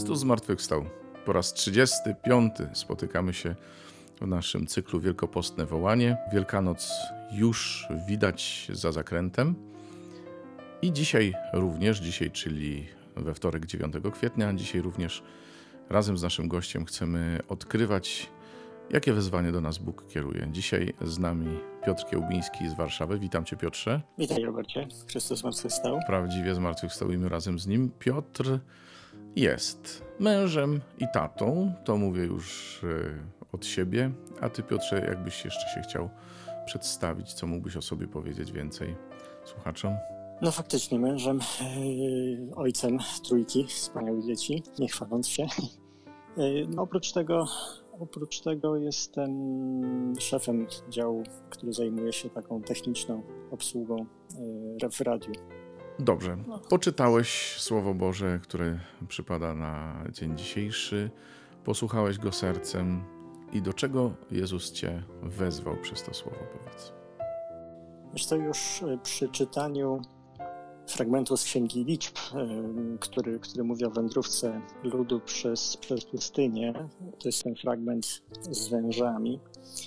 Chrystus zmartwychwstał. Po raz 35. spotykamy się w naszym cyklu Wielkopostne Wołanie. Wielkanoc już widać za zakrętem. I dzisiaj, czyli we wtorek 9 kwietnia, dzisiaj również razem z naszym gościem chcemy odkrywać, jakie wezwanie do nas Bóg kieruje. Dzisiaj z nami Piotr Kiełbiński z Warszawy. Witam Cię, Piotrze. Witaj, Robercie. Chrystus zmartwychwstał. Prawdziwie zmartwychwstał i my razem z Nim. Piotr jest mężem i tatą, to mówię już od siebie. A Ty, Piotrze, jakbyś jeszcze się chciał przedstawić, co mógłbyś o sobie powiedzieć więcej słuchaczom? No faktycznie mężem, ojcem trójki wspaniałych dzieci, nie chwaląc się. No, oprócz tego jestem szefem działu, który zajmuje się taką techniczną obsługą w radiu. Dobrze. Poczytałeś Słowo Boże, które przypada na dzień dzisiejszy. Posłuchałeś go sercem. I do czego Jezus Cię wezwał przez to Słowo, powiedz? Wiesz co, już przy czytaniu fragmentu z Księgi Liczb, który mówi o wędrówce ludu przez pustynię, to jest ten fragment z wężami.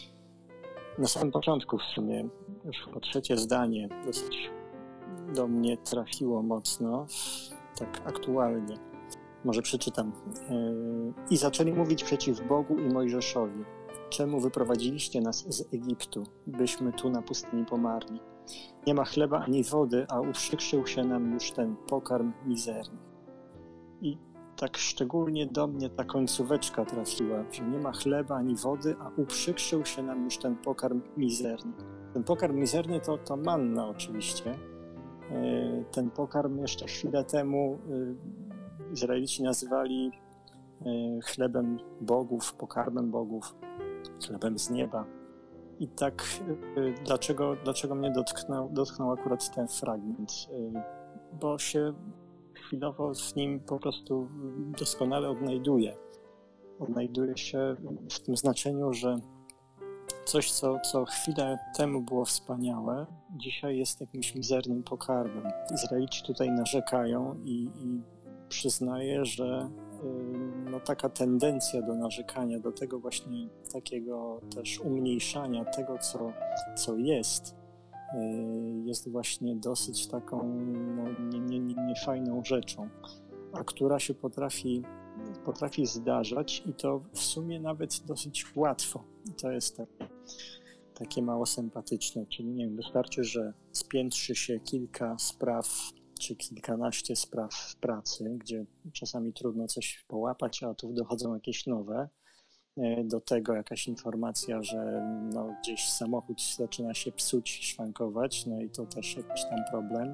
Na samym początku w sumie, już po trzecie zdanie, dosyć do mnie trafiło mocno, tak aktualnie. Może przeczytam. I zaczęli mówić przeciw Bogu i Mojżeszowi. Czemu wyprowadziliście nas z Egiptu, byśmy tu na pustyni pomarli? Nie ma chleba ani wody, a uprzykrzył się nam już ten pokarm mizerny. I tak szczególnie do mnie ta końcóweczka trafiła, że nie ma chleba ani wody, a uprzykrzył się nam już ten pokarm mizerny. Ten pokarm mizerny to manna oczywiście. Ten pokarm jeszcze chwilę temu Izraelici nazywali chlebem bogów, pokarmem bogów, chlebem z nieba. I tak dlaczego mnie dotknął akurat ten fragment? Bo się chwilowo w nim po prostu doskonale odnajduje się w tym znaczeniu, że coś, co chwilę temu było wspaniałe, dzisiaj jest jakimś mizernym pokarmem. Izraelici tutaj narzekają i przyznaję, że taka tendencja do narzekania, do tego właśnie takiego też umniejszania tego, co jest właśnie dosyć taką niefajną rzeczą, a która się potrafi zdarzać i to w sumie nawet dosyć łatwo. I to jest takie mało sympatyczne, czyli nie wiem, wystarczy, że spiętrzy się kilka spraw czy kilkanaście spraw w pracy, gdzie czasami trudno coś połapać, a tu dochodzą jakieś nowe. Do tego jakaś informacja, że gdzieś samochód zaczyna się psuć, szwankować, i to też jakiś tam problem.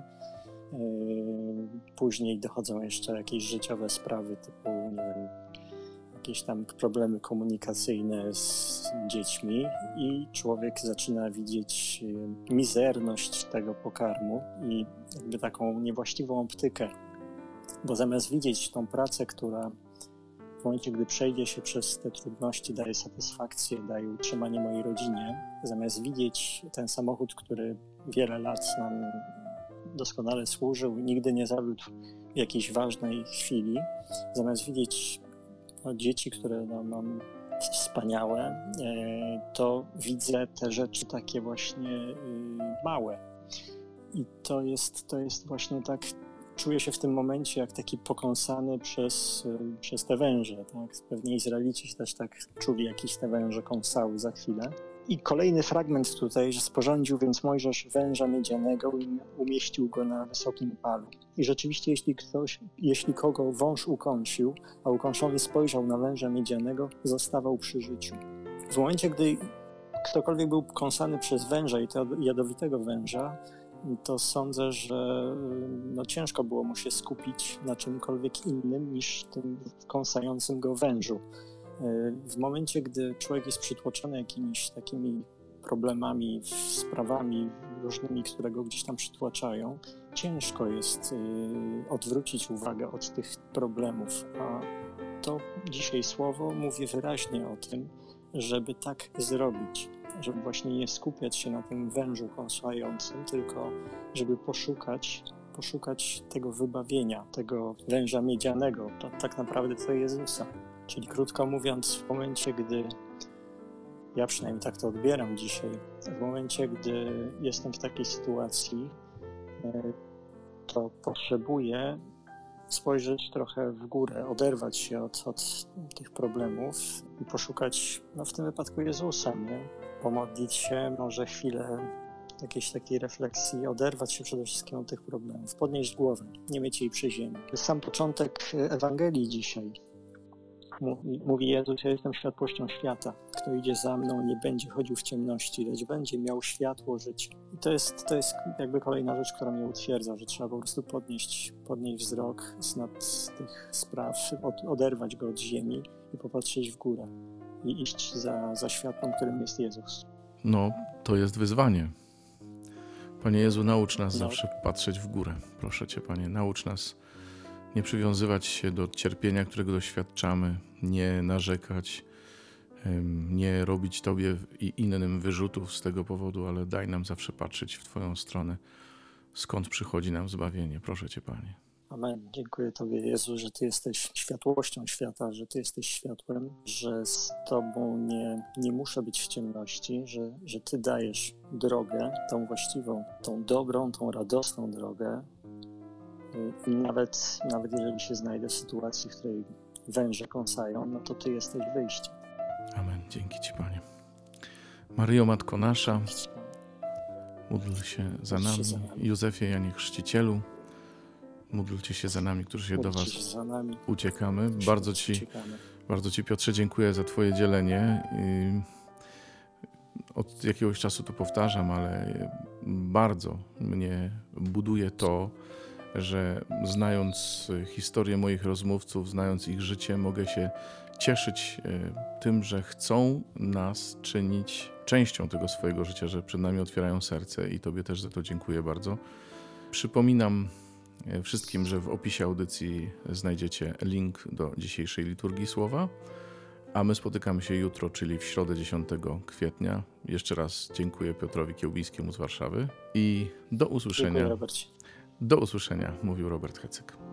Później dochodzą jeszcze jakieś życiowe sprawy typu, nie wiem, jakieś tam problemy komunikacyjne z dziećmi i człowiek zaczyna widzieć mizerność tego pokarmu i jakby taką niewłaściwą optykę, bo zamiast widzieć tą pracę, która w momencie, gdy przejdzie się przez te trudności, daje satysfakcję, daje utrzymanie mojej rodzinie, zamiast widzieć ten samochód, który wiele lat nam doskonale służył, nigdy nie zawiódł w jakiejś ważnej chwili, zamiast widzieć dzieci, które mam wspaniałe, to widzę te rzeczy takie właśnie małe. I to jest właśnie tak, czuję się w tym momencie jak taki pokąsany przez te węże. Tak? Pewnie Izraelici się też tak czuli, jakieś te węże kąsały za chwilę. I kolejny fragment tutaj, że sporządził więc Mojżesz węża miedzianego i umieścił go na wysokim palu. I rzeczywiście, jeśli kogo wąż ukąsił, a ukąszony spojrzał na węża miedzianego, zostawał przy życiu. W momencie, gdy ktokolwiek był kąsany przez węża i to jadowitego węża, to sądzę, że ciężko było mu się skupić na czymkolwiek innym niż tym kąsającym go wężu. W momencie, gdy człowiek jest przytłoczony jakimiś takimi problemami, sprawami różnymi, które go gdzieś tam przytłaczają, ciężko jest odwrócić uwagę od tych problemów. A to dzisiaj słowo mówi wyraźnie o tym, żeby tak zrobić, żeby właśnie nie skupiać się na tym wężu kąsającym, tylko żeby poszukać poszukać tego wybawienia, tego węża miedzianego, to tak naprawdę to Jezusa. Czyli krótko mówiąc, w momencie, gdy ja przynajmniej tak to odbieram dzisiaj, w momencie, gdy jestem w takiej sytuacji, to potrzebuję spojrzeć trochę w górę, oderwać się od tych problemów i poszukać, w tym wypadku Jezusa, nie? Pomodlić się, może chwilę jakiejś takiej refleksji, oderwać się przede wszystkim od tych problemów, podnieść głowę, nie mieć jej przy ziemi. To jest sam początek Ewangelii dzisiaj. Mówi Jezus: ja jestem światłością świata. Kto idzie za mną, nie będzie chodził w ciemności, lecz będzie miał światło życia. I to jest jakby kolejna rzecz, która mnie utwierdza, że trzeba po prostu podnieść wzrok nad tych spraw, oderwać go od ziemi i popatrzeć w górę i iść za światłem, którym jest Jezus. No, to jest wyzwanie. Panie Jezu, naucz nas zawsze patrzeć w górę. Proszę Cię, Panie, naucz nas nie przywiązywać się do cierpienia, którego doświadczamy, nie narzekać, nie robić Tobie i innym wyrzutów z tego powodu, ale daj nam zawsze patrzeć w Twoją stronę, skąd przychodzi nam zbawienie. Proszę Cię, Panie. Amen. Dziękuję Tobie, Jezu, że Ty jesteś światłością świata, że Ty jesteś światłem, że z Tobą nie muszę być w ciemności, że Ty dajesz drogę, tą właściwą, tą dobrą, tą radosną drogę. I nawet jeżeli się znajdę w sytuacji, w której węże kąsają, no to Ty jesteś wyjściem. Amen. Dzięki Ci, Panie. Maryjo, Matko nasza, módl się za nami. Józefie, Janie Chrzcicielu, módlcie się za nami, którzy się do Was uciekamy. Bardzo Ci, Piotrze, dziękuję za Twoje dzielenie. Od jakiegoś czasu to powtarzam, ale bardzo mnie buduje to, że znając historię moich rozmówców, znając ich życie, mogę się cieszyć tym, że chcą nas czynić częścią tego swojego życia, że przed nami otwierają serce i Tobie też za to dziękuję bardzo. Przypominam wszystkim, że w opisie audycji znajdziecie link do dzisiejszej liturgii słowa, a my spotykamy się jutro, czyli w środę 10 kwietnia. Jeszcze raz dziękuję Piotrowi Kiełbińskiemu z Warszawy i do usłyszenia. Dziękuję, Robercie. Do usłyszenia, mówił Robert Hecyk.